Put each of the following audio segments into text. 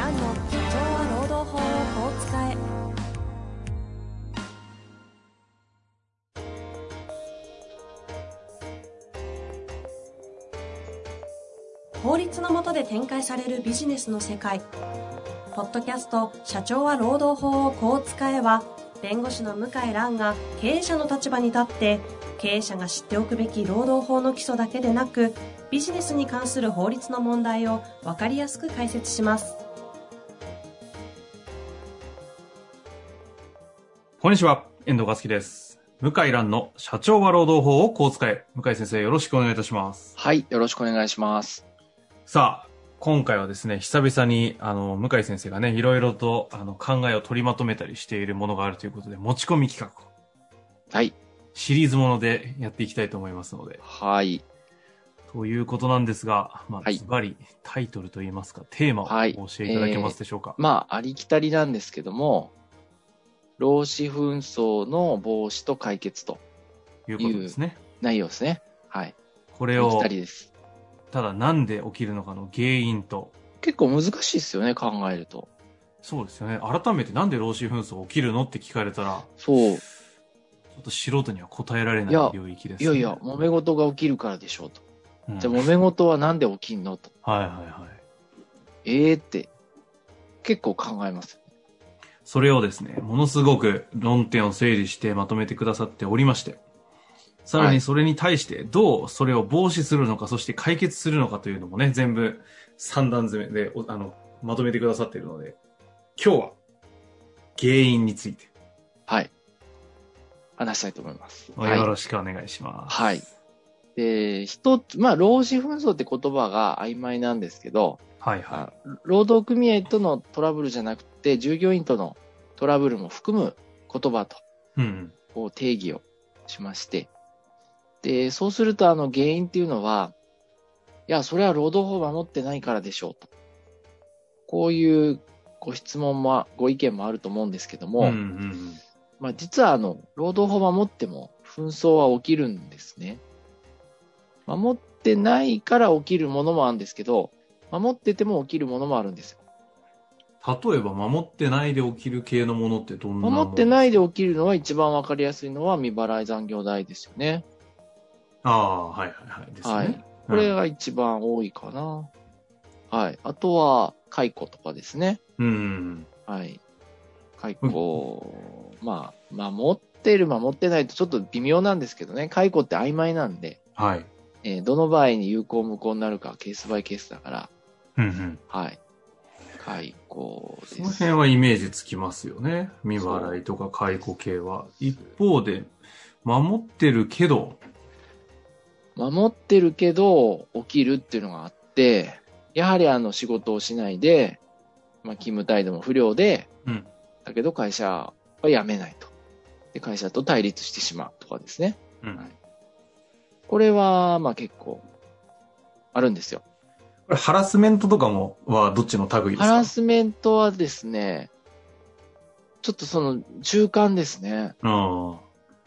蘭の社長は労働法をこう使え。法律の下で展開されるビジネスの世界。ポッドキャスト社長は労働法をこう使えは、弁護士の向井蘭が経営者の立場に立って経営者が知っておくべき労働法の基礎だけでなく、ビジネスに関する法律の問題を分かりやすく解説します。 こんにちは、遠藤和樹です。向井蘭の社長は労働法をこう使え。向井先生、よろしくお願いいたします。 はい、よろしくお願いします。 さあ、今回はですね、久々に向井先生がね、いろいろと考えを取りまとめたりしているものがあるということで、持ち込み企画を、 はい、 シリーズものでやっていきたいと思いますので、 はい、 ということなんですが、ズバリタイトルといいますかテーマをお教えいただけますでしょうか。 ありきたりなんですけども、労使紛争の防止と解決ということですね。 内容ですね。はい。 これをありきたりです。 ただなんで起きるのかの原因と。 結構難しいですよね、考えると。 そうですよね。改めてなんで労使紛争起きるのって聞かれたら、 そう。 ちょっと素人には答えられない領域ですね。 いや、揉め事が起きるからでしょうと。じゃあ揉め事はなんで起きんのと。 はいはいはい。 って結構考えます。 それをですね、ものすごく論点を整理してまとめてくださっておりまして、さらにそれに対してどうそれを防止するのか、そして解決するのかというのもね、全部3段詰めでまとめてくださっているので、今日は原因について、 はい、話したいと思います。 よろしくお願いします。 はい。で、労使紛争って言葉が曖昧なんですけど、 はいはい。 労働組合とのトラブルじゃなくて、従業員とのトラブルも含む言葉と、こう定義をしまして、で、そうすると原因っていうのは、いや、それは労働法を守ってないからでしょうと。こういうご質問も、ご意見もあると思うんですけども、実は労働法を守っても紛争は起きるんですね。守ってないから起きるものもあるんですけど、守ってても起きるものもあるんですよ。 例えば、守ってないで起きる系のものってどんなものですか？ 守ってないで起きるのは一番わかりやすいのは未払い残業代ですよね。 はいはいはいですね。はい。 これが一番多いかな。はい。あとは、解雇とかですね。はい。解雇、守ってる守ってないとちょっと微妙なんですけどね。解雇って曖昧なんで。 はい。 どの場合に有効無効になるかはケースバイケースだから。はい。解雇です。 その辺はイメージつきますよね。未払いとか解雇系は。一方で、守ってるけど起きるっていうのがあって、やはり仕事をしないで、勤務態度も不良で、だけど会社は辞めないと。で、会社と対立してしまうとかですね。はい、これは、結構、あるんですよ。 これハラスメントとかはどっちの類ですか？ ハラスメントはですね、ちょっと中間ですね。守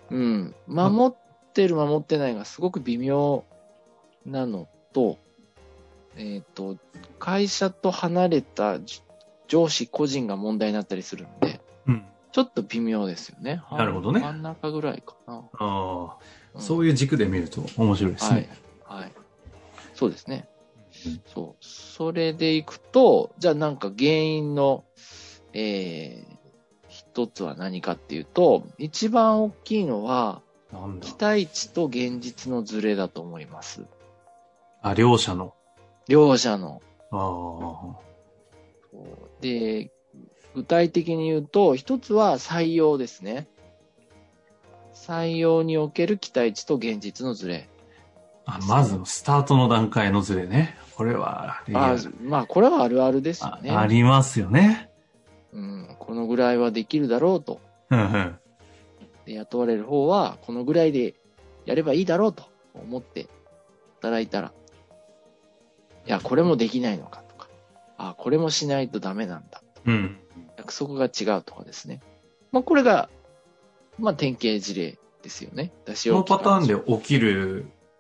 ってる守ってないがすごく微妙なのと、会社と離れた上司個人が問題になったりするんで、ちょっと微妙ですよね。 なるほどね。 真ん中ぐらいかな。 そういう軸で見ると面白いですね。 はい。そうですね。それでいくと、じゃあ原因の、一つは何かっていうと、一番大きいのは、期待値と現実のズレだと思います。 両者の。 で、具体的に言うと、一つは採用ですね。採用における期待値と現実のズレ。 まずスタートの段階のズレね。これはこれはあるあるですよね。 ありますよね。 このぐらいはできるだろうと。で、雇われる方は、このぐらいでやればいいだろうと思って働いたら、いや、これもできないのかとか、これもしないとダメなんだと。約束が違うとかですね。これが、典型事例ですよね。 このパターンで起きる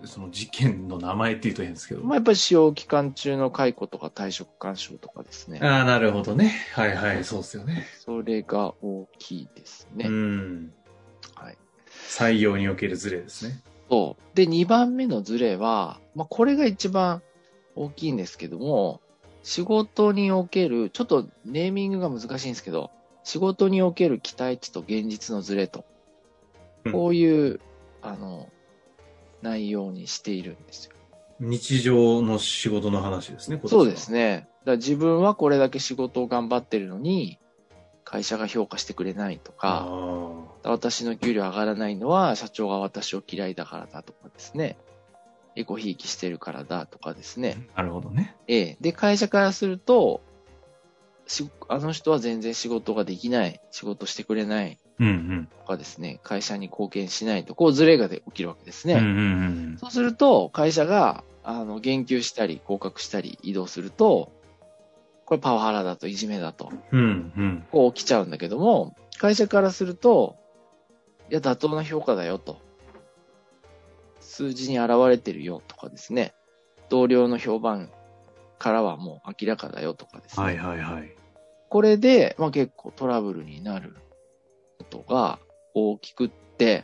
その事件の名前って言うと変ですけど。 まあ、やっぱり使用期間中の解雇とか退職勧奨とかですね。 ああ、なるほどね。はいはい、そうですよね。 それが大きいですね。 はい。採用におけるズレですね。 そう。で、2番目のズレは、まあ、これが一番大きいんですけども、仕事における、ちょっとネーミングが難しいんですけど、仕事における期待値と現実のズレと、こういう、内容にしているんですよ。 日常の仕事の話ですね、 そうですね。だから自分はこれだけ仕事を頑張ってるのに、会社が評価してくれないとか、私の給料上がらないのは社長が私を嫌いだからだとかですね。エコひいきしてるからだとかですね。 なるほどね。 で、会社からすると、あの人は全然仕事ができない、仕事してくれないとかですね、会社に貢献しないと、こうズレが起きるわけですね。そうすると、会社が、減給したり、降格したり、移動すると、これパワハラだと、いじめだと。こう起きちゃうんだけども、会社からすると、いや、妥当な評価だよと。数字に現れてるよとかですね。同僚の評判からはもう明らかだよとかですね。これで、まあ結構トラブルになることが大きくって、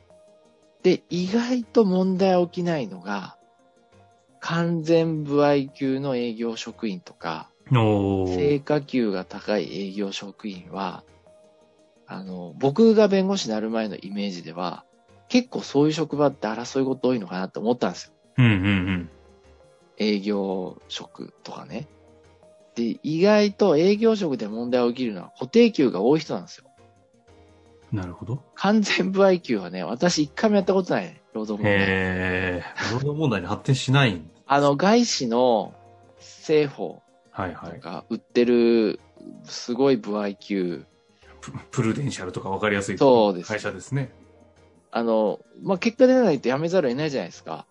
で、意外と問題起きないのが、完全歩合給の営業職員とか、成果給が高い営業職員は、僕が弁護士になる前のイメージでは、結構そういう職場って争い事多いのかなって思ったんですよ。営業職とかね。で、意外と営業職で問題が起きるのは固定給が多い人なんですよ。 なるほど。 完全歩合給はね、私一回もやったことないね。労働問題。 労働問題に発展しないん外資の政法とか売ってるすごい歩合給。 プルデンシャルとか分かりやすい会社ですね。 まあ、結果出ないと辞めざるを得ないじゃないですか。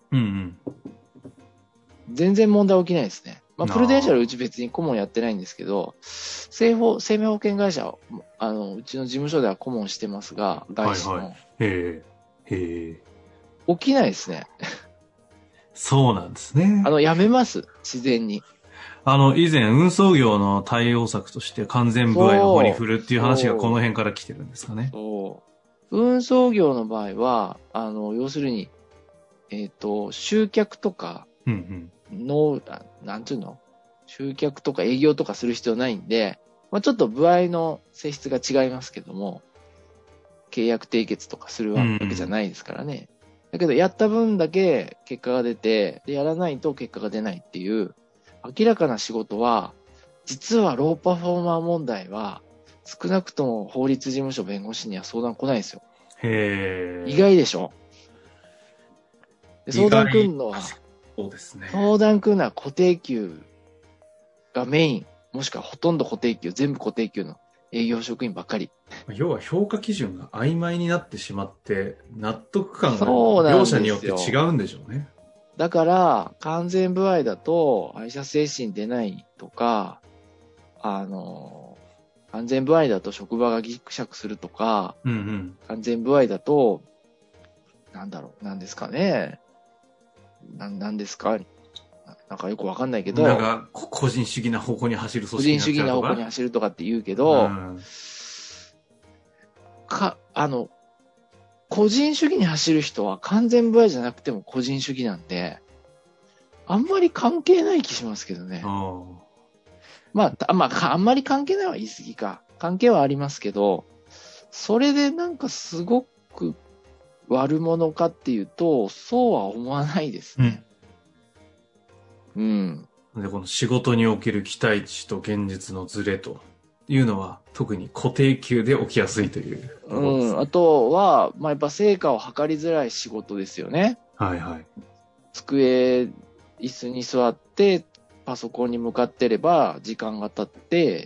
全然問題起きないですね。まあ、プルデンシャルうち別に顧問やってないんですけど、生命保険会社、うちの事務所では顧問してますが、外資の。起きないですね。 そうなんですね。 辞めます、自然に。 以前、運送業の対応策として完全歩合の方に振るっていう話がこの辺から来てるんですかね。 運送業の場合は、要するに、集客とか、なんていうの？集客とか営業とかする必要ないんで、まあ、ちょっと歩合の性質が違いますけども、契約締結とかするわけじゃないですからね。だけど、やった分だけ結果が出て、で、やらないと結果が出ないっていう、明らかな仕事は、実はローパフォーマー問題は、少なくとも法律事務所弁護士には相談来ないですよ。意外でしょ？で相談来るのは、 そうですね。 相談来るのは固定給がメイン、もしくはほとんど固定給、全部固定給の営業職員ばっかり。 要は評価基準が曖昧になってしまって、納得感が両者によって違うんでしょうね。 だから、完全歩合だと、愛社精神出ないとか、完全歩合だと職場がギクシャクするとか、完全歩合だと、なんですかね。なんですかなんかよくわかんないけど。 なんか、個人主義な方向に走る組織になっちゃうとか。個人主義な方向に走るとかって言うけど、個人主義に走る人は完全歩合じゃなくても個人主義なんで、あんまり関係ない気しますけどね。まあ、あんまり関係ないは言い過ぎか。関係はありますけど、それでなんかすごく悪者かっていうと、そうは思わないですね。 で、この仕事における期待値と現実のズレというのは、特に固定給で起きやすいという。 あとは、まあ、やっぱ成果を測りづらい仕事ですよね。机、椅子に座って、パソコンに向かってれば、時間が経って、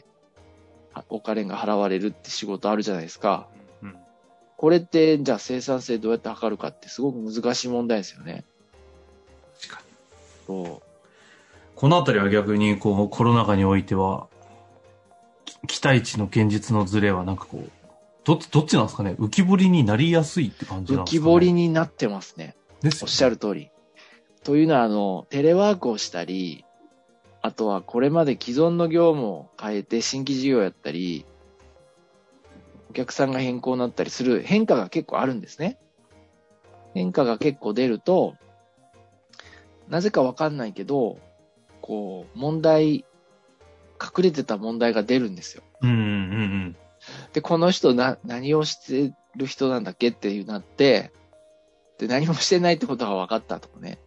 お金が払われるって仕事あるじゃないですか。これって、じゃあ生産性どうやって測るかってすごく難しい問題ですよね。 確かに。このあたりは逆に、コロナ禍においては、期待値の現実のズレはなんかどっちなんですかね？浮き彫りになりやすいって感じなんですかね？ 浮き彫りになってますね。おっしゃる通り。 というのは、テレワークをしたり、あとはこれまで既存の業務を変えて新規事業やったり、お客さんが変更になったりする変化が結構あるんですね。変化が結構出ると、なぜかわかんないけど、こう、隠れてた問題が出るんですよ。で、この人何をしてる人なんだっけっていうなって、で、何もしてないってことが分かったとかね。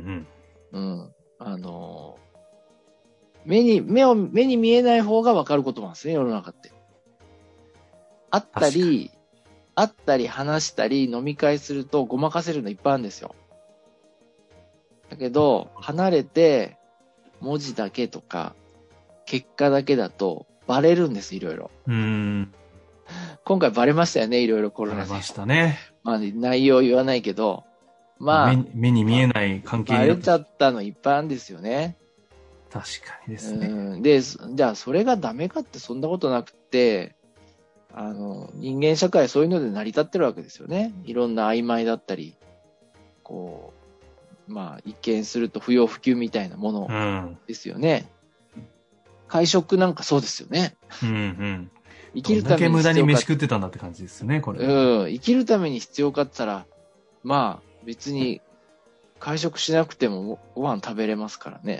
目に見えない方が分かることなんですね、世の中って。会ったり話したり飲み会するとごまかせるのいっぱいあるんですよ。だけど、離れて文字だけとか結果だけだとバレるんです、いろいろ。今回バレましたよね、いろいろコロナで。 バレましたね。 まあ、内容言わないけど、まあ、 目に見えない関係にバレちゃったのいっぱいあるんですよね。 確かにですね。 で、じゃあそれがダメかってそんなことなくて、人間社会そういうので成り立ってるわけですよね。いろんな曖昧だったり、こう、まあ一見すると不要不急みたいなものですよね。会食なんかそうですよね。 生きるために必要か。どんだけ無駄に飯食ってたんだって感じですよね、これ。 生きるために必要かって言ったら、まあ別に会食しなくてもご飯食べれますからね。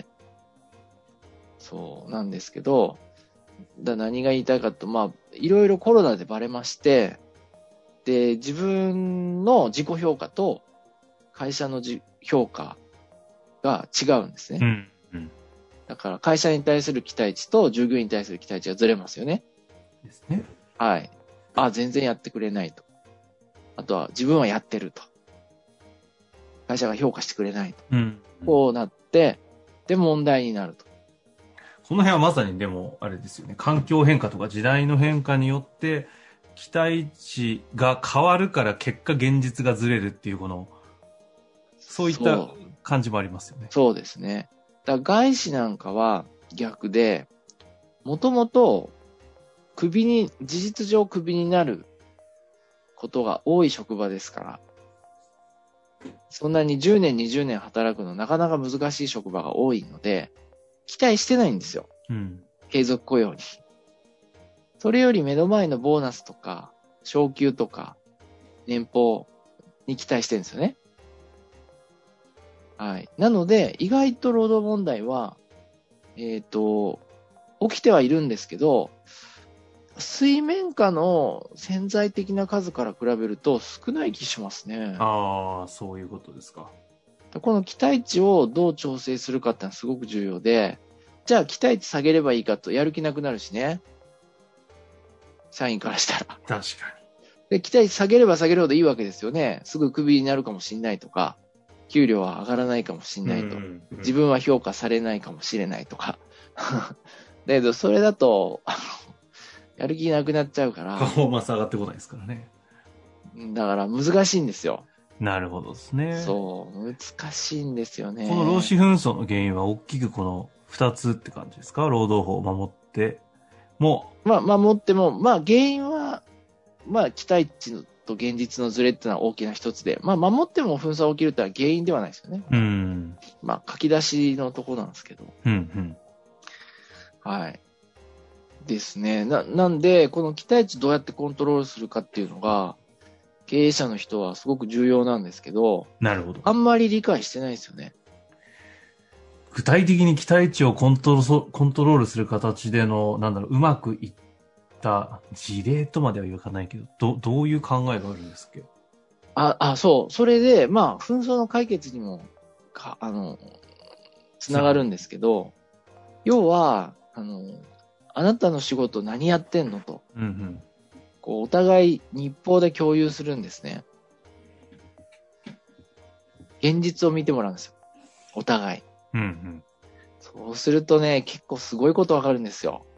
そうなんですけど、何が言いたいかと、まあ、いろいろコロナでバレまして、で、自分の自己評価と会社の評価が違うんですね。だから会社に対する期待値と従業員に対する期待値がずれますよね。 ですね。 はい。全然やってくれないと。あとは自分はやってると。会社が評価してくれないと。こうなって、で、問題になると。 この辺はまさにでも、あれですよね。環境変化とか時代の変化によって、期待値が変わるから結果現実がずれるっていうそういった感じもありますよね。 そうですね。だから外資なんかは逆で、もともと事実上クビになることが多い職場ですから、そんなに10年、20年働くのなかなか難しい職場が多いので、期待してないんですよ。継続雇用に。それより目の前のボーナスとか、昇給とか、年俸に期待してるんですよね。はい。なので、意外と労働問題は、起きてはいるんですけど、水面下の潜在的な数から比べると少ない気しますね。 そういうことですか。 この期待値をどう調整するかってのはすごく重要で、じゃあ期待値下げればいいかとやる気なくなるしね。社員からしたら。 確かに。 で、期待値下げれば下げるほどいいわけですよね。すぐクビになるかもしれないとか、給料は上がらないかもしれないと。自分は評価されないかもしれないとか。だけど、それだと、やる気なくなっちゃうから。 パフォーマンス上がってこないですからね。 だから難しいんですよ。 なるほどですね。 そう、難しいんですよね。 この労使紛争の原因は大きくこの2つって感じですか？労働法を守っても。 守っても、原因は、期待値と現実のズレっていうのは大きな一つで、守っても紛争が起きるってのは原因ではないですよね。書き出しのところなんですけど。はい。ですね。なんで、この期待値どうやってコントロールするかっていうのが、経営者の人はすごく重要なんですけど、 なるほど。 あんまり理解してないですよね。 具体的に期待値をコントロールする形での、うまくいった事例とまではいかないけど、どういう考えがあるんですっけ？ そう。それで、紛争の解決にも、つながるんですけど、要は、あなたの仕事何やってんのと。お互い日報で共有するんですね。現実を見てもらうんですよ。お互い。そうするとね、結構すごいことわかるんですよ。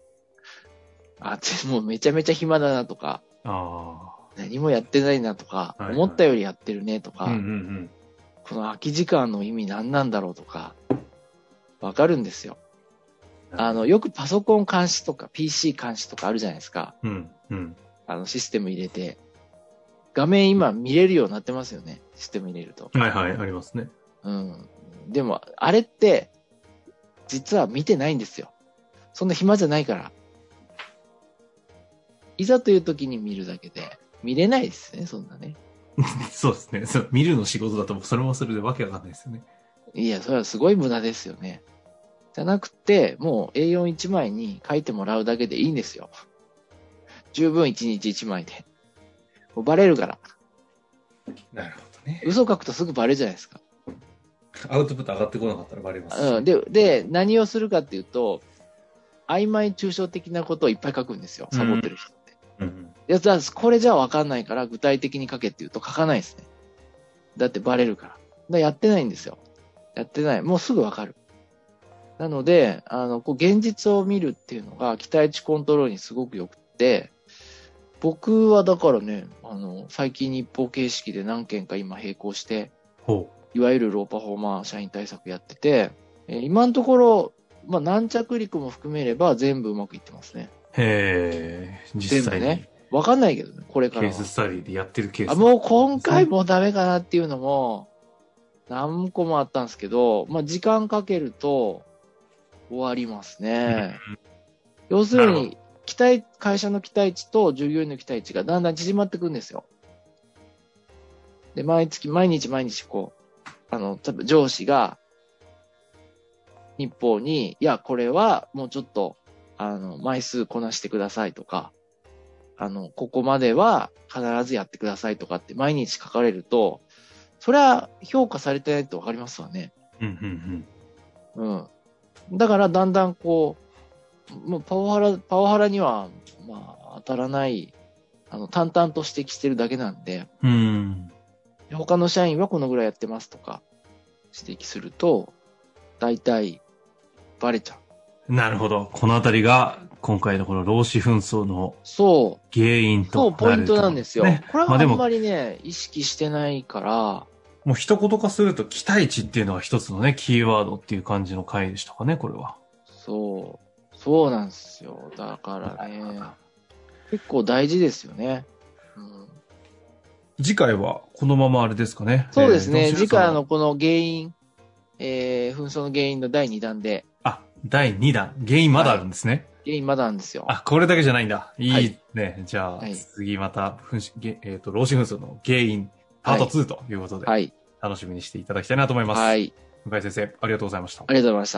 もうめちゃめちゃ暇だなとか、何もやってないなとか、思ったよりやってるねとか、この空き時間の意味何なんだろうとか、わかるんですよ。よくパソコン監視とか PC 監視とかあるじゃないですか。システム入れて。画面今見れるようになってますよね。システム入れると。 はいはい、ありますね。 うん。でも、あれって、実は見てないんですよ。そんな暇じゃないから。いざという時に見るだけで、見れないですね、そんなね。 そうですね。そう見るの仕事だとそれもそれでわけわかんないですよね。 いや、それはすごい無駄ですよね。じゃなくて、もう A41 枚に書いてもらうだけでいいんですよ。十分1日1枚で。もうバレるから。 なるほどね。 嘘書くとすぐバレるじゃないですか。 アウトプット上がってこなかったらバレますし、 うん。で、何をするかっていうと、曖昧抽象的なことをいっぱい書くんですよ。サボってる人って。 うん。 いや、これじゃわかんないから具体的に書けって言うと書かないですね。だってバレるから。だからやってないんですよ。やってない。もうすぐわかる。なので、現実を見るっていうのが期待値コントロールにすごく良くて、僕はだからね、最近日報形式で何件か今並行して、いわゆるローパフォーマー社員対策やってて、今のところ、まあ、軟着陸も含めれば全部うまくいってますね。 へー、実際に。 ね。わかんないけどね、これからは。 ケーススタディでやってるケース。 もう今回もうダメかなっていうのも、何個もあったんですけど、まあ、時間かけると終わりますね。要するに、会社の期待値と従業員の期待値がだんだん縮まってくるんですよ。で、毎日こう、上司が、日報に、いや、これはもうちょっと、枚数こなしてくださいとか、ここまでは必ずやってくださいとかって毎日書かれると、それは評価されてないってわかりますわね。うん。だからだんだんこう、もうパワハラには、まあ、当たらない、淡々と指摘してるだけなんで、他の社員はこのぐらいやってますとか、指摘すると、大体、バレちゃう。 なるほど。このあたりが、今回のこの労使紛争の原因となると。 そう、ポイントなんですよ。 ね、 これはあんまりね、意識してないから。 もう一言化すると、期待値っていうのは一つのね、キーワードっていう感じの回でしたかね、これは。 そうなんですよ。だからね、結構大事ですよね。 次回はこのままあれですかね。 そうですね。次回この原因、紛争の原因の第2弾で。 第2弾。原因まだあるんですね。 原因まだあるんですよ。 これだけじゃないんだ。いいね。じゃあ、次また、労使紛争の原因、パート2ということで、楽しみにしていただきたいなと思います。 はい。 向井先生、ありがとうございました。 ありがとうございました。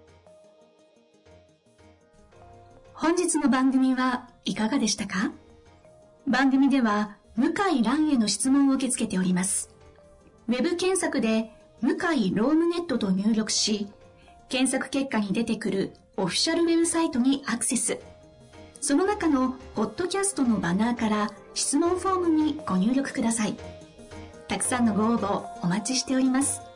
本日の番組はいかがでしたか？番組では、向井蘭への質問を受け付けております。ウェブ検索で、向井ロームネットと入力し、検索結果に出てくるオフィシャルウェブサイトにアクセス。その中のポッドキャストのバナーから質問フォームにご入力ください。たくさんのご応募お待ちしております。